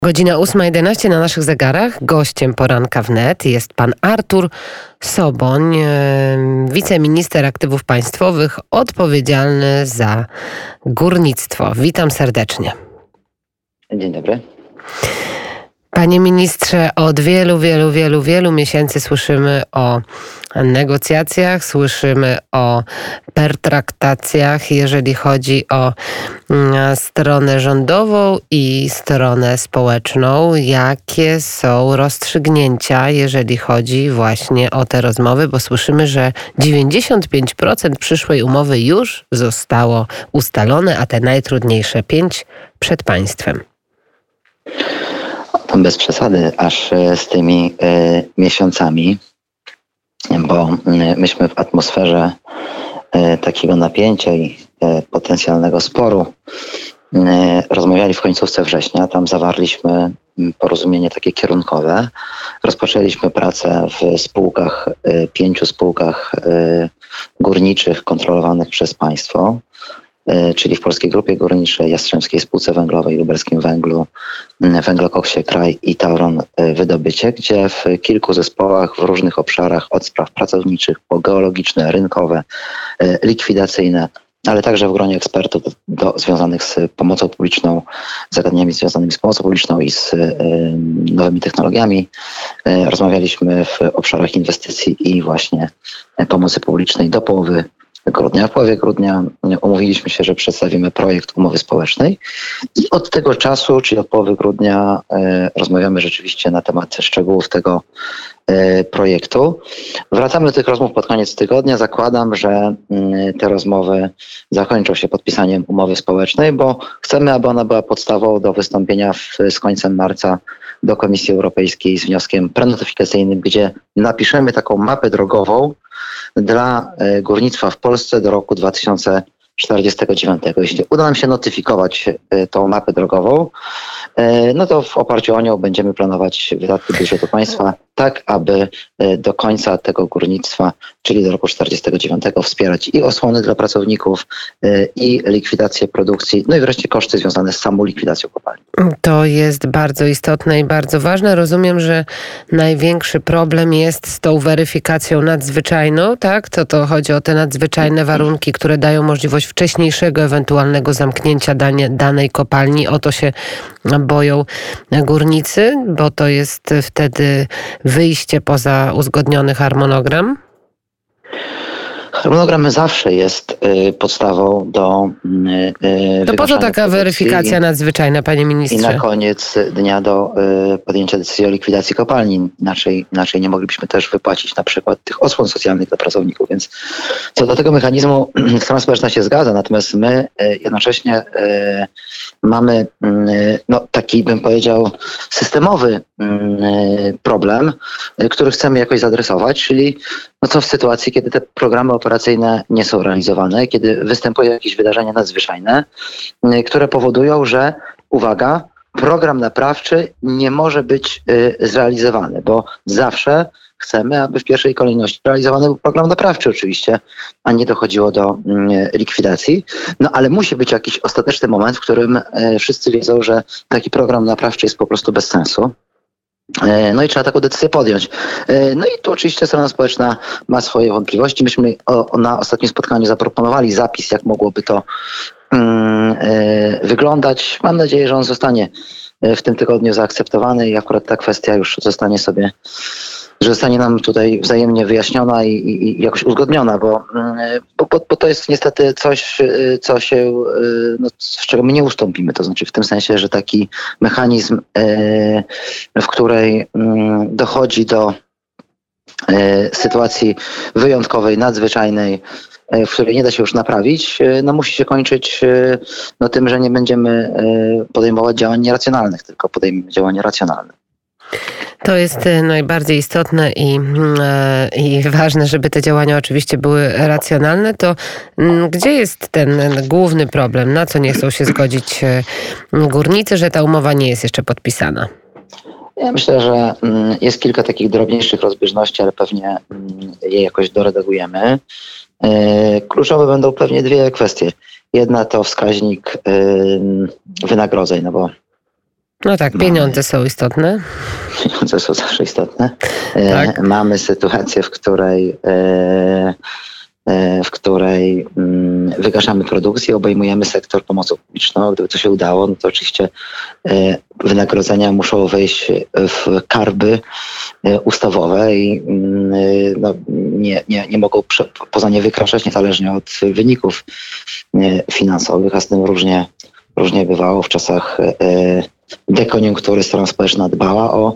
Godzina 8:11 na naszych zegarach. Gościem poranka wnet jest pan Artur Soboń, wiceminister aktywów państwowych, odpowiedzialny za górnictwo. Witam serdecznie. Dzień dobry. Panie ministrze, od wielu miesięcy słyszymy o negocjacjach, słyszymy o pertraktacjach, jeżeli chodzi o stronę rządową i stronę społeczną. Jakie są rozstrzygnięcia, jeżeli chodzi właśnie o te rozmowy? Bo słyszymy, że 95% przyszłej umowy już zostało ustalone, a te najtrudniejsze 5% przed państwem. Bez przesady, aż z tymi miesiącami, bo myśmy w atmosferze takiego napięcia i potencjalnego sporu rozmawiali w końcówce września. Tam zawarliśmy porozumienie takie kierunkowe. Rozpoczęliśmy pracę w spółkach, 5 spółkach górniczych kontrolowanych przez państwo, czyli w Polskiej Grupie Górniczej, Jastrzębskiej Spółce Węglowej, Lubelskim Węglu, Węglokoksie Kraj i Tauron Wydobycie, gdzie w kilku zespołach w różnych obszarach, od spraw pracowniczych po geologiczne, rynkowe, likwidacyjne, ale także w gronie ekspertów związanych z pomocą publiczną, zagadnieniami związanymi z pomocą publiczną i z nowymi technologiami. Rozmawialiśmy w obszarach inwestycji i właśnie pomocy publicznej do połowy grudnia. W połowie grudnia umówiliśmy się, że przedstawimy projekt umowy społecznej i od tego czasu, czyli od połowy grudnia, rozmawiamy rzeczywiście na temat szczegółów tego projektu. Wracamy do tych rozmów pod koniec tygodnia. Zakładam, że te rozmowy zakończą się podpisaniem umowy społecznej, bo chcemy, aby ona była podstawą do wystąpienia z końcem marca do Komisji Europejskiej z wnioskiem prenotyfikacyjnym, gdzie napiszemy taką mapę drogową dla górnictwa w Polsce do roku 2049. Jeśli uda nam się notyfikować tą mapę drogową, no to w oparciu o nią będziemy planować wydatki budżetu państwa tak, aby do końca tego górnictwa, czyli do roku 2049, wspierać i osłony dla pracowników, i likwidację produkcji, no i wreszcie koszty związane z samą likwidacją kopalni. To jest bardzo istotne i bardzo ważne. Rozumiem, że największy problem jest z tą weryfikacją nadzwyczajną, tak? To chodzi o te nadzwyczajne warunki, które dają możliwość wcześniejszego ewentualnego zamknięcia danej kopalni. O to się boją górnicy, bo to jest wtedy wyjście poza uzgodniony harmonogram? Harmonogram zawsze jest podstawą do to po co taka weryfikacja nadzwyczajna, panie ministrze? I na koniec dnia do podjęcia decyzji o likwidacji kopalni. Inaczej nie moglibyśmy też wypłacić na przykład tych osłon socjalnych dla pracowników. Więc co do tego mechanizmu strona społeczna się zgadza, natomiast my jednocześnie mamy taki, bym powiedział, systemowy problem, który chcemy jakoś zaadresować, czyli co w sytuacji, kiedy te programy operacyjne nie są realizowane, kiedy występują jakieś wydarzenia nadzwyczajne, które powodują, że, uwaga, program naprawczy nie może być zrealizowany, bo zawsze chcemy, aby w pierwszej kolejności realizowany był program naprawczy oczywiście, a nie dochodziło do likwidacji. No ale musi być jakiś ostateczny moment, w którym wszyscy wiedzą, że taki program naprawczy jest po prostu bez sensu. No i trzeba taką decyzję podjąć. No i tu oczywiście strona społeczna ma swoje wątpliwości. Myśmy na ostatnim spotkaniu zaproponowali zapis, jak mogłoby to wyglądać. Mam nadzieję, że on zostanie w tym tygodniu zaakceptowany i akurat ta kwestia już zostanie nam tutaj wzajemnie wyjaśniona i jakoś uzgodniona, bo to jest niestety coś, z czego my nie ustąpimy. To znaczy w tym sensie, że taki mechanizm, w której dochodzi do sytuacji wyjątkowej, nadzwyczajnej, w której nie da się już naprawić, musi się kończyć tym, że nie będziemy podejmować działań nieracjonalnych, tylko podejmiemy działania racjonalne. To jest najbardziej istotne i ważne, żeby te działania oczywiście były racjonalne. To gdzie jest ten główny problem? Na co nie chcą się zgodzić górnicy, że ta umowa nie jest jeszcze podpisana? Ja myślę, że jest kilka takich drobniejszych rozbieżności, ale pewnie je jakoś doredagujemy. Kluczowe będą pewnie dwie kwestie. Jedna to wskaźnik wynagrodzeń, no bo No tak, pieniądze są istotne. Pieniądze są zawsze istotne. Tak. Mamy sytuację, w której wygaszamy produkcję, obejmujemy sektor pomocą publiczną. Gdyby to się udało, no to oczywiście wynagrodzenia muszą wejść w karby ustawowe i nie mogą poza nie wykraczać niezależnie od wyników finansowych, a z tym różnie bywało w czasach dekoniunktury. Strona społeczna dbała o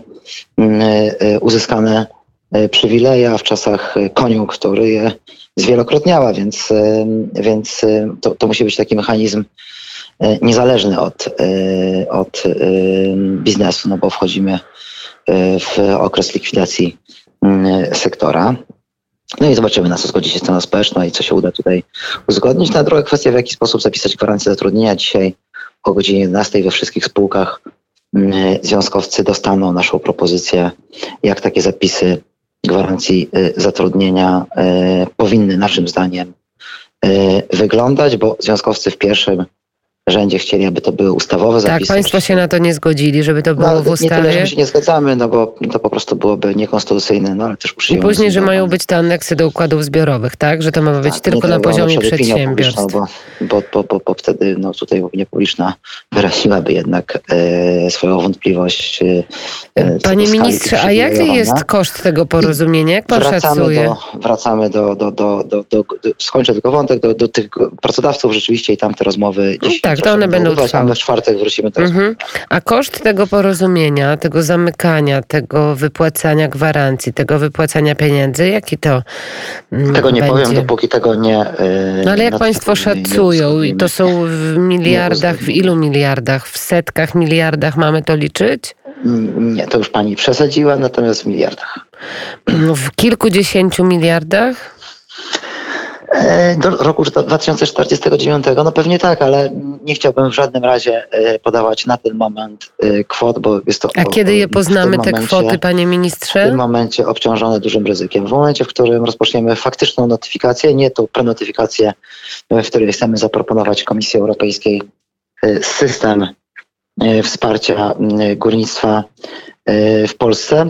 uzyskane przywileje, a w czasach koniunktury je zwielokrotniała, więc to musi być taki mechanizm niezależny od biznesu, no bo wchodzimy w okres likwidacji sektora. No i zobaczymy, na co zgodzi się strona społeczna i co się uda tutaj uzgodnić. Na druga kwestia, w jaki sposób zapisać gwarancję zatrudnienia. Dzisiaj o godzinie 11 we wszystkich spółkach związkowcy dostaną naszą propozycję, jak takie zapisy gwarancji zatrudnienia powinny naszym zdaniem wyglądać, bo związkowcy w pierwszym rzędzie chcieli, aby to były ustawowe zapisy. Tak, państwo się na to nie zgodzili, żeby to było w ustawie. Nie tyle, że my się nie zgadzamy, no bo to po prostu byłoby niekonstytucyjne, no ale też I później, że mają być te aneksy do układów zbiorowych, tak? Że to ma być tylko na poziomie przedsiębiorstw. Bo wtedy tutaj opinia publiczna wyraziłaby jednak swoją wątpliwość. Panie ministrze, a jaki jest koszt tego porozumienia? Jak pan szacuje? Wracamy skończę tylko wątek, do tych pracodawców rzeczywiście i tam te rozmowy dziś. Tak, to one będą trwały. A my w czwartek wrócimy do rozmowy. A koszt tego porozumienia, tego zamykania, tego wypłacania gwarancji, tego wypłacania pieniędzy, jaki to Tego nie będzie? powiem, dopóki tego nie... No ale jak państwo szacują, i to są w miliardach, w ilu miliardach? W setkach miliardach mamy to liczyć? Nie, to już pani przesadziła, natomiast w miliardach. W kilkudziesięciu miliardach? Do roku 2049, no pewnie tak, ale nie chciałbym w żadnym razie podawać na ten moment kwot, bo jest to... A kiedy je poznamy, te kwoty, panie ministrze? W tym momencie obciążone dużym ryzykiem. W momencie, w którym rozpoczniemy faktyczną notyfikację, nie tą prenotyfikację, w której chcemy zaproponować Komisji Europejskiej system wsparcia górnictwa w Polsce,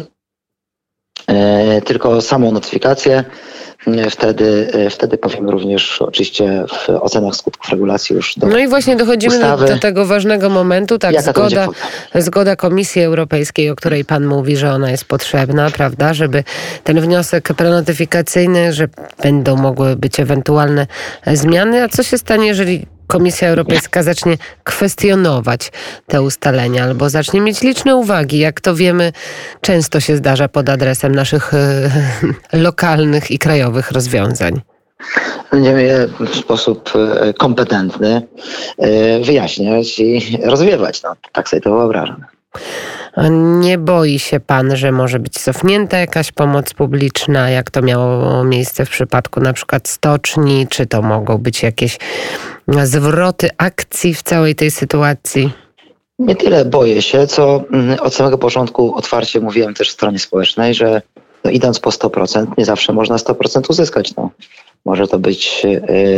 tylko samą notyfikację. Wtedy powiemy również oczywiście w ocenach skutków regulacji już do No i właśnie dochodzimy do tego ważnego momentu, tak, zgoda Komisji Europejskiej, o której pan mówi, że ona jest potrzebna, prawda, żeby ten wniosek prenotyfikacyjny, że będą mogły być ewentualne zmiany, a co się stanie, jeżeli Komisja Europejska zacznie kwestionować te ustalenia albo zacznie mieć liczne uwagi, jak to wiemy, często się zdarza pod adresem naszych lokalnych i krajowych rozwiązań. Będziemy je w sposób kompetentny wyjaśniać i rozwiewać. No, tak sobie to wyobrażam. Nie boi się pan, że może być cofnięta jakaś pomoc publiczna, jak to miało miejsce w przypadku na przykład stoczni? Czy to mogą być jakieś zwroty akcji w całej tej sytuacji? Nie tyle boję się, co od samego początku otwarcie mówiłem też stronie społecznej, że idąc po 100%, nie zawsze można 100% uzyskać. No, może to być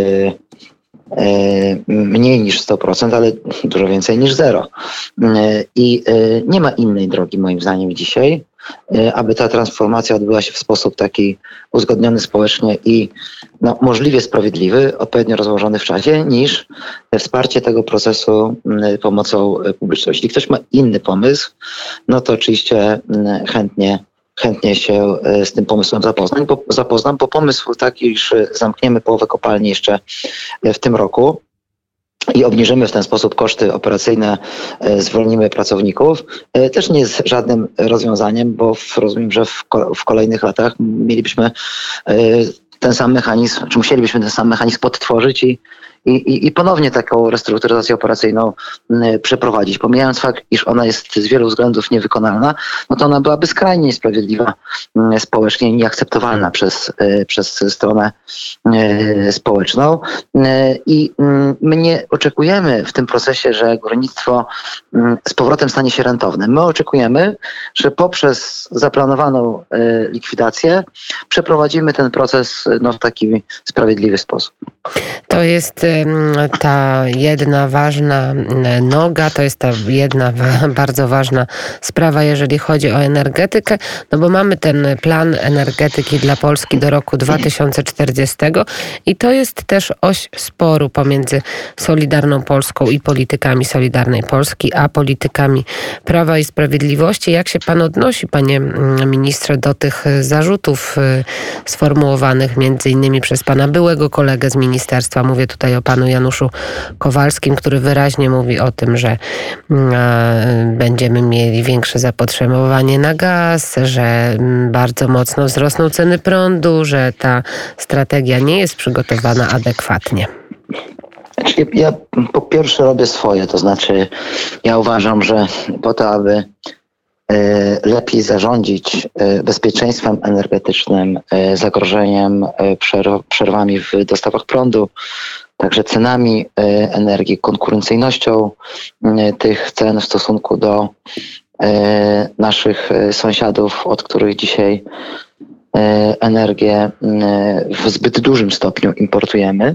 mniej niż 100%, ale dużo więcej niż 0. I nie ma innej drogi moim zdaniem dzisiaj, aby ta transformacja odbyła się w sposób taki uzgodniony społecznie i możliwie sprawiedliwy, odpowiednio rozłożony w czasie, niż wsparcie tego procesu pomocą publiczną. Jeśli ktoś ma inny pomysł, no to oczywiście chętnie się z tym pomysłem zapoznam, bo pomysł taki, że zamkniemy połowę kopalni jeszcze w tym roku i obniżymy w ten sposób koszty operacyjne, zwolnimy pracowników, też nie jest żadnym rozwiązaniem, bo rozumiem, że w kolejnych latach mielibyśmy ten sam mechanizm, czy musielibyśmy ten sam mechanizm podtworzyć i ponownie taką restrukturyzację operacyjną przeprowadzić. Pomijając fakt, iż ona jest z wielu względów niewykonalna, no to ona byłaby skrajnie niesprawiedliwa społecznie, nieakceptowalna przez stronę społeczną. I my nie oczekujemy w tym procesie, że górnictwo z powrotem stanie się rentowne. My oczekujemy, że poprzez zaplanowaną likwidację przeprowadzimy ten proces w taki sprawiedliwy sposób. To jest ta jedna ważna noga, to jest ta jedna bardzo ważna sprawa, jeżeli chodzi o energetykę, no bo mamy ten plan energetyki dla Polski do roku 2040 i to jest też oś sporu pomiędzy Solidarną Polską i politykami Solidarnej Polski, a politykami Prawa i Sprawiedliwości. Jak się pan odnosi, panie ministrze, do tych zarzutów sformułowanych między innymi przez pana byłego kolegę z ministerstwa? Mówię tutaj o panu Januszu Kowalskim, który wyraźnie mówi o tym, że będziemy mieli większe zapotrzebowanie na gaz, że bardzo mocno wzrosną ceny prądu, że ta strategia nie jest przygotowana adekwatnie. Ja po pierwsze robię swoje, to znaczy ja uważam, że po to, aby lepiej zarządzić bezpieczeństwem energetycznym, zagrożeniem, przerwami w dostawach prądu, także cenami energii, konkurencyjnością tych cen w stosunku do naszych sąsiadów, od których dzisiaj energię w zbyt dużym stopniu importujemy.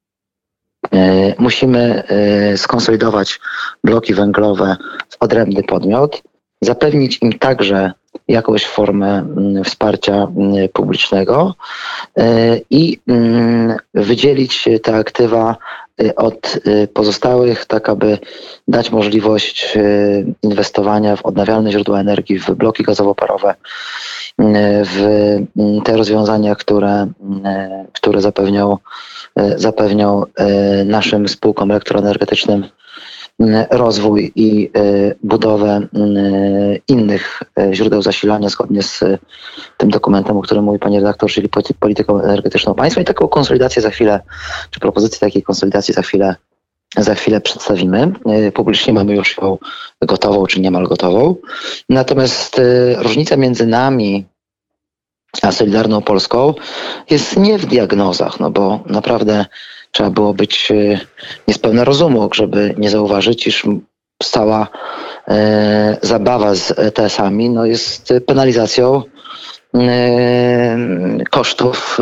Musimy skonsolidować bloki węglowe w odrębny podmiot, zapewnić im także jakąś formę wsparcia publicznego i wydzielić te aktywa od pozostałych, tak aby dać możliwość inwestowania w odnawialne źródła energii, w bloki gazowo-parowe, w te rozwiązania, które zapewnią naszym spółkom elektroenergetycznym rozwój i budowę innych źródeł zasilania zgodnie z tym dokumentem, o którym mówi pani redaktor, czyli polityką energetyczną państwa, i taką konsolidację za chwilę, czy propozycję takiej konsolidacji za chwilę przedstawimy. Publicznie mamy już ją gotową, czy niemal gotową. Natomiast różnica między nami a Solidarną Polską jest nie w diagnozach, no bo naprawdę trzeba było być niespełna rozumu, żeby nie zauważyć, iż cała zabawa z ETS-ami no jest penalizacją kosztów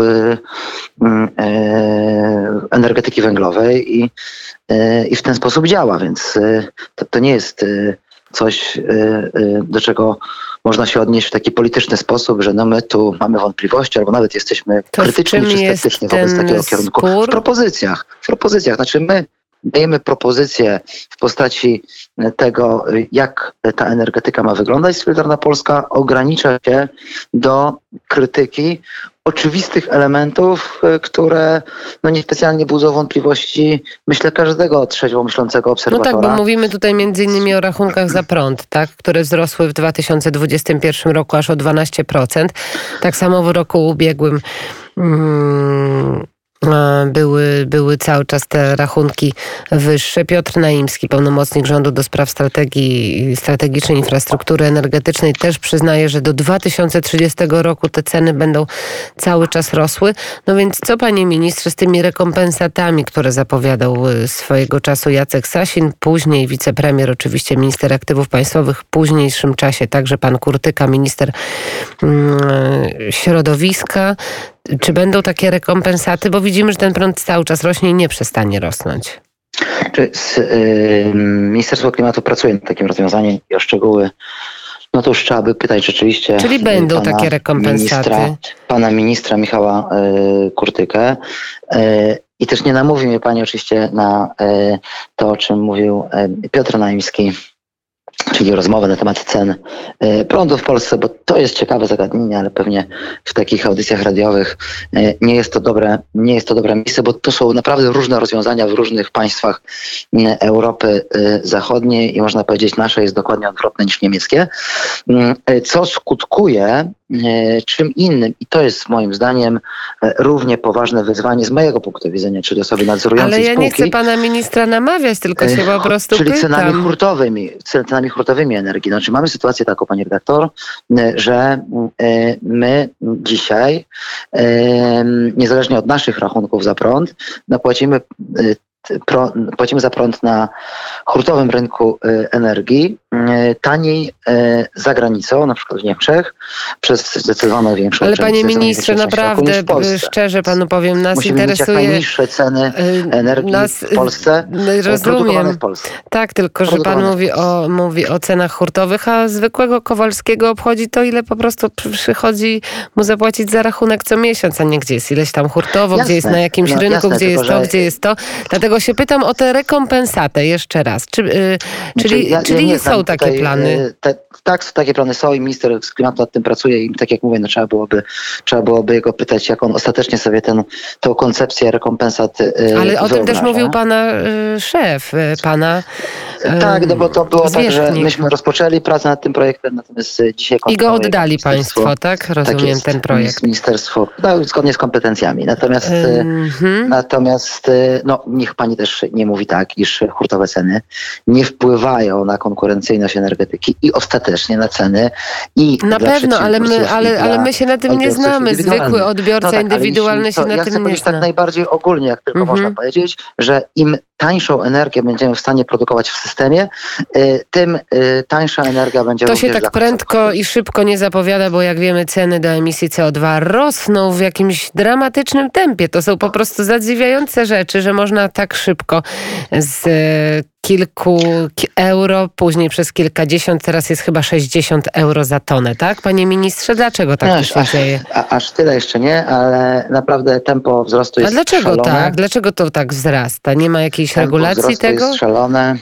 energetyki węglowej i w ten sposób działa, więc to nie jest coś, do czego można się odnieść w taki polityczny sposób, że no my tu mamy wątpliwości, albo nawet jesteśmy krytyczni czy sceptyczni wobec takiego kierunku. W propozycjach. Znaczy my dajemy propozycję w postaci tego, jak ta energetyka ma wyglądać. Solidarna Polska ogranicza się do krytyki oczywistych elementów, które no niespecjalnie budzą wątpliwości, myślę, każdego trzeźwo myślącego obserwatora. No tak, bo mówimy tutaj między innymi o rachunkach za prąd, tak, które wzrosły w 2021 roku aż o 12%. Tak samo w roku ubiegłym były cały czas te rachunki wyższe. Piotr Naimski, pełnomocnik rządu do spraw strategicznej infrastruktury energetycznej, też przyznaje, że do 2030 roku te ceny będą cały czas rosły. No więc co, panie ministrze, z tymi rekompensatami, które zapowiadał swojego czasu Jacek Sasin, później wicepremier, oczywiście minister aktywów państwowych, w późniejszym czasie także pan Kurtyka, minister środowiska. Czy będą takie rekompensaty? Bo widzimy, że ten prąd cały czas rośnie i nie przestanie rosnąć. Ministerstwo Klimatu pracuje nad takim rozwiązaniem i o szczegóły no to już trzeba by pytać rzeczywiście. Czyli będą takie rekompensaty. Pana ministra Michała Kurtykę. I też nie namówi mnie pani oczywiście na to, o czym mówił Piotr Naimski, czyli rozmowę na temat cen prądu w Polsce, bo to jest ciekawe zagadnienie, ale pewnie w takich audycjach radiowych nie jest to dobre miejsce, bo to są naprawdę różne rozwiązania w różnych państwach Europy Zachodniej i można powiedzieć, nasze jest dokładnie odwrotne niż niemieckie, co skutkuje czym innym, i to jest moim zdaniem równie poważne wyzwanie z mojego punktu widzenia, czyli osoby nadzorującej spółki. Ale ja nie chcę pana ministra namawiać, tylko się po prostu czyli pytam. cenami hurtowymi energii. Znaczy mamy sytuację taką, pani redaktor, że my dzisiaj, niezależnie od naszych rachunków za prąd, płacimy płacimy za prąd na hurtowym rynku energii taniej za granicą, na przykład w Niemczech, przez zdecydowaną większą część. Ale panie ministrze, naprawdę szczerze panu powiem, nas musimy interesuje... mieć jak najniższe ceny energii w Polsce, rozumiem. w Polsce. Tak, tylko że pan mówi o cenach hurtowych, a zwykłego Kowalskiego obchodzi to, ile po prostu przychodzi mu zapłacić za rachunek co miesiąc, a nie gdzie jest ileś tam hurtowo, gdzie jest na jakimś rynku, gdzie jest to, gdzie jest to. Dlatego się pytam o tę rekompensatę jeszcze raz. Czyli są takie plany? Tak, takie plany są i minister klimatu nad tym pracuje i tak jak mówię, trzeba byłoby jego pytać, jak on ostatecznie sobie tą koncepcję rekompensat Ale o tym też mówił pana szef, tak, no bo to było tak, że myśmy rozpoczęli pracę nad tym projektem, natomiast dzisiaj... I go oddali państwo, tak? Rozumiem, tak ten projekt. Ministerstwo, zgodnie z kompetencjami. Natomiast niech pani też nie mówi tak, iż hurtowe ceny nie wpływają na konkurencyjność energetyki i ostatecznie na ceny i na pewno, ale my się na tym nie znamy. Zwykły odbiorca indywidualny się na tym nie zna. Ja chcę powiedzieć tak najbardziej ogólnie, jak tylko można powiedzieć, że im tańszą energię będziemy w stanie produkować w systemie, tym tańsza energia będzie również... To się tak prędko i szybko nie zapowiada, bo jak wiemy, ceny do emisji CO2 rosną w jakimś dramatycznym tempie. To są po prostu zadziwiające rzeczy, że można tak szybko z kilku euro, później przez kilkadziesiąt, teraz jest chyba 60 euro za tonę, tak? Panie ministrze, dlaczego tak się dzieje? Aż tyle jeszcze nie, ale naprawdę tempo wzrostu jest dlaczego szalone. Tak? Dlaczego to tak wzrasta? Nie ma jakiejś regulacji tego? Jest szalone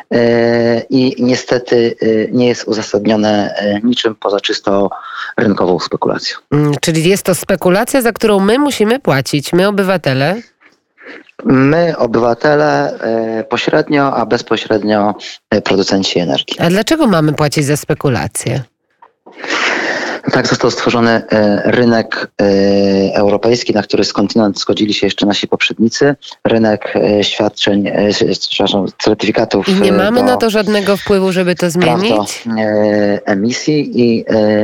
i niestety nie jest uzasadnione niczym poza czysto rynkową spekulacją. Czyli jest to spekulacja, za którą my musimy płacić, my obywatele? My, obywatele, pośrednio, a bezpośrednio producenci energii. A dlaczego mamy płacić za spekulacje? Tak został stworzony rynek europejski, na który skądinąd zgodzili się jeszcze nasi poprzednicy. Rynek certyfikatów. I nie mamy na to żadnego wpływu, żeby to zmienić? Emisji i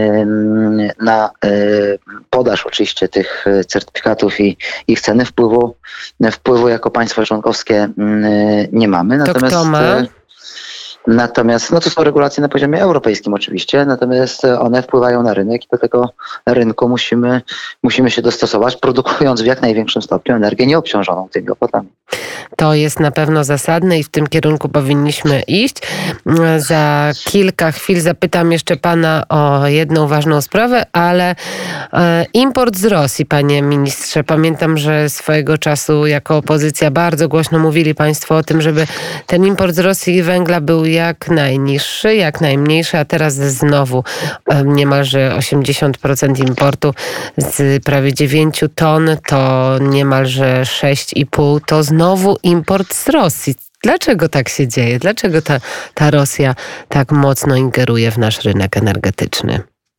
na podaż oczywiście tych certyfikatów i ich ceny wpływu jako państwo członkowskie nie mamy. To kto ma? Natomiast to są regulacje na poziomie europejskim oczywiście, natomiast one wpływają na rynek i do tego rynku musimy się dostosować, produkując w jak największym stopniu energię nieobciążoną tymi opłatami. To jest na pewno zasadne i w tym kierunku powinniśmy iść. Za kilka chwil zapytam jeszcze pana o jedną ważną sprawę, ale import z Rosji, panie ministrze. Pamiętam, że swojego czasu jako opozycja bardzo głośno mówili państwo o tym, żeby ten import z Rosji węgla był jak najniższy, jak najmniejszy, a teraz znowu niemalże 80% importu z prawie 9 ton, to niemalże 6,5, to znowu import z Rosji. Dlaczego tak się dzieje? Dlaczego ta Rosja tak mocno ingeruje w nasz rynek energetyczny?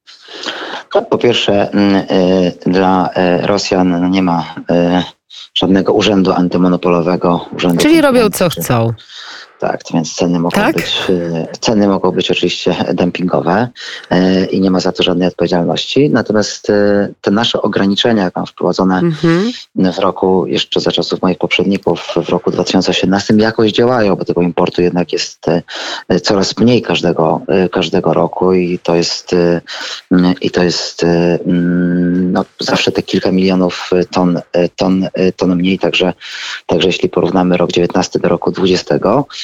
Po pierwsze, dla Rosjan nie ma żadnego urzędu antymonopolowego. Czyli robią co chcą. Tak, więc ceny mogą być oczywiście dumpingowe i nie ma za to żadnej odpowiedzialności. Natomiast te nasze ograniczenia, wprowadzone w roku, jeszcze za czasów moich poprzedników, w roku 2018 jakoś działają, bo tego importu jednak jest coraz mniej każdego roku i to jest zawsze te kilka milionów ton mniej, także jeśli porównamy rok 19 do roku 20.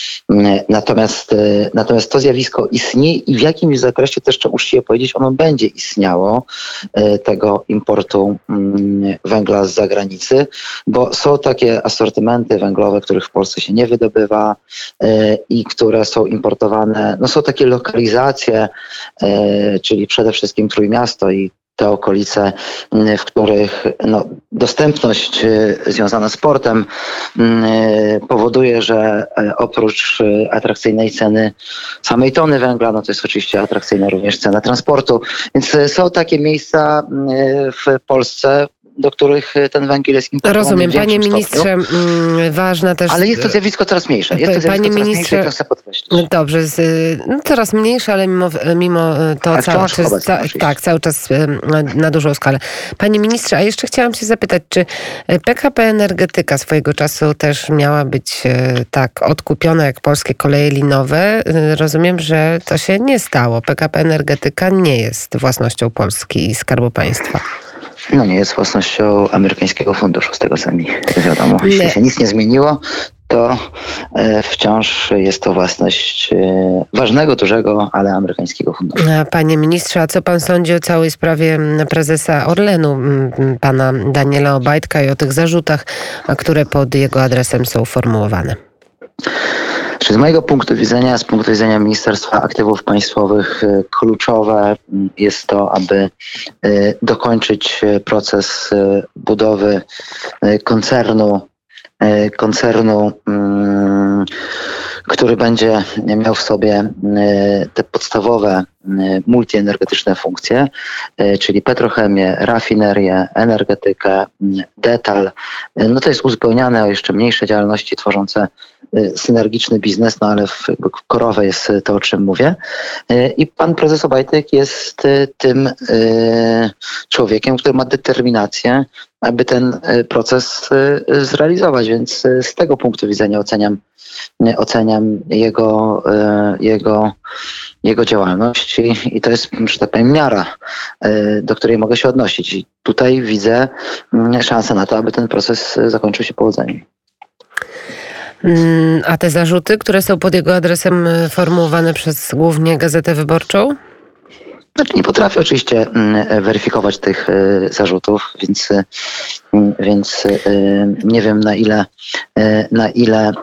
Natomiast to zjawisko istnieje i w jakimś zakresie też trzeba uczciwie powiedzieć, ono będzie istniało, tego importu węgla z zagranicy, bo są takie asortymenty węglowe, których w Polsce się nie wydobywa i które są importowane. Są takie lokalizacje, czyli przede wszystkim Trójmiasto i te okolice, w których dostępność związana z portem powoduje, że oprócz atrakcyjnej ceny samej tony węgla, to jest oczywiście atrakcyjna również cena transportu. Więc są takie miejsca w Polsce, do których ten węgiel jest importowany. Rozumiem, panie ministrze, ważna też... Ale jest to zjawisko coraz mniejsze. Panie ministrze, to chcę podkreślić. Dobrze, coraz mniejsze, ale mimo to cały czas na dużą skalę. Panie ministrze, a jeszcze chciałam się zapytać, czy PKP Energetyka swojego czasu też miała być tak odkupiona jak polskie koleje linowe? Rozumiem, że to się nie stało. PKP Energetyka nie jest własnością Polski i Skarbu Państwa. No nie jest własnością amerykańskiego funduszu, z tego co mi wiadomo. Jeśli się nic nie zmieniło, to wciąż jest to własność ważnego, dużego, ale amerykańskiego funduszu. Panie ministrze, a co pan sądzi o całej sprawie prezesa Orlenu, pana Daniela Obajtka, i o tych zarzutach, które pod jego adresem są formułowane? Z mojego punktu widzenia, z punktu widzenia Ministerstwa Aktywów Państwowych, kluczowe jest to, aby dokończyć proces budowy koncernu, który będzie miał w sobie te podstawowe multienergetyczne funkcje, czyli petrochemię, rafinerię, energetykę, detal. No to jest uzupełniane o jeszcze mniejsze działalności tworzące synergiczny biznes, no ale korowe jest to, o czym mówię. I pan prezes Obajtek jest tym człowiekiem, który ma determinację, aby ten proces zrealizować, więc z tego punktu widzenia oceniam jego działalność i to jest, że tak powiem, miara, do której mogę się odnosić. I tutaj widzę szansę na to, aby ten proces zakończył się powodzeniem. A te zarzuty, które są pod jego adresem formułowane przez głównie Gazetę Wyborczą? Znaczy nie potrafię oczywiście weryfikować tych zarzutów, więc nie wiem na ile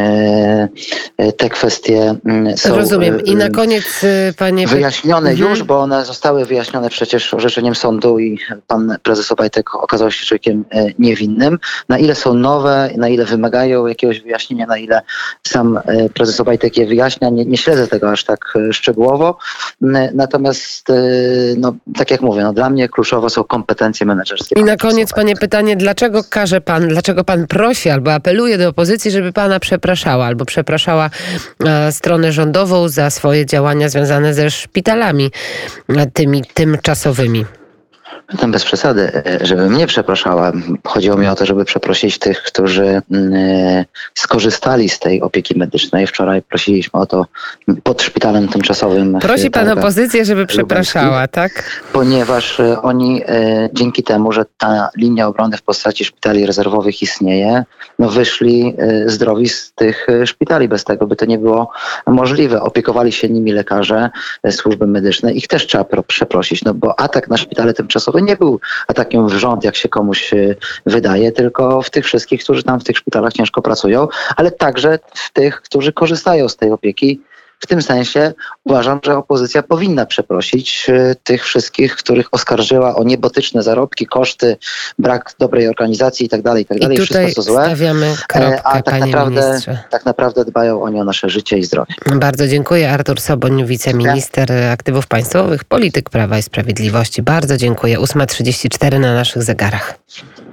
te kwestie są Rozumiem. I na koniec, panie... wyjaśnione już, bo one zostały wyjaśnione przecież orzeczeniem sądu i pan prezes Obajtek okazał się człowiekiem niewinnym. Na ile są nowe, na ile wymagają jakiegoś wyjaśnienia, na ile sam prezes Obajtek je wyjaśnia, nie śledzę tego aż tak szczegółowo. Natomiast no, tak jak mówię, dla mnie kluczowe są kompetencje menedżerskie. I na koniec, panie, pytanie, dlaczego pan prosi albo apeluje do opozycji, żeby pana przepraszała albo przepraszała stronę rządową za swoje działania związane ze szpitalami tymi tymczasowymi? Tam bez przesady, żeby mnie przepraszała. Chodziło mi o to, żeby przeprosić tych, którzy skorzystali z tej opieki medycznej. Wczoraj prosiliśmy o to pod szpitalem tymczasowym. Prosi pan opozycję, żeby przepraszała, tak? Ponieważ oni dzięki temu, że ta linia obrony w postaci szpitali rezerwowych istnieje, no wyszli zdrowi z tych szpitali. Bez tego by to nie było możliwe. Opiekowali się nimi lekarze, służby medyczne. Ich też trzeba przeprosić, no bo atak na szpitale tymczasowe nie był atakiem w rząd, jak się komuś wydaje, tylko w tych wszystkich, którzy tam w tych szpitalach ciężko pracują, ale także w tych, którzy korzystają z tej opieki. W tym sensie uważam, że opozycja powinna przeprosić tych wszystkich, których oskarżyła o niebotyczne zarobki, koszty, brak dobrej organizacji itd. I tutaj wszystko co złe. Stawiamy kropkę, a ministrze. tak naprawdę dbają oni o nasze życie i zdrowie. Bardzo dziękuję. Artur Soboń, wiceminister aktywów państwowych, polityk Prawa i Sprawiedliwości. Bardzo dziękuję. 8:34 na naszych zegarach.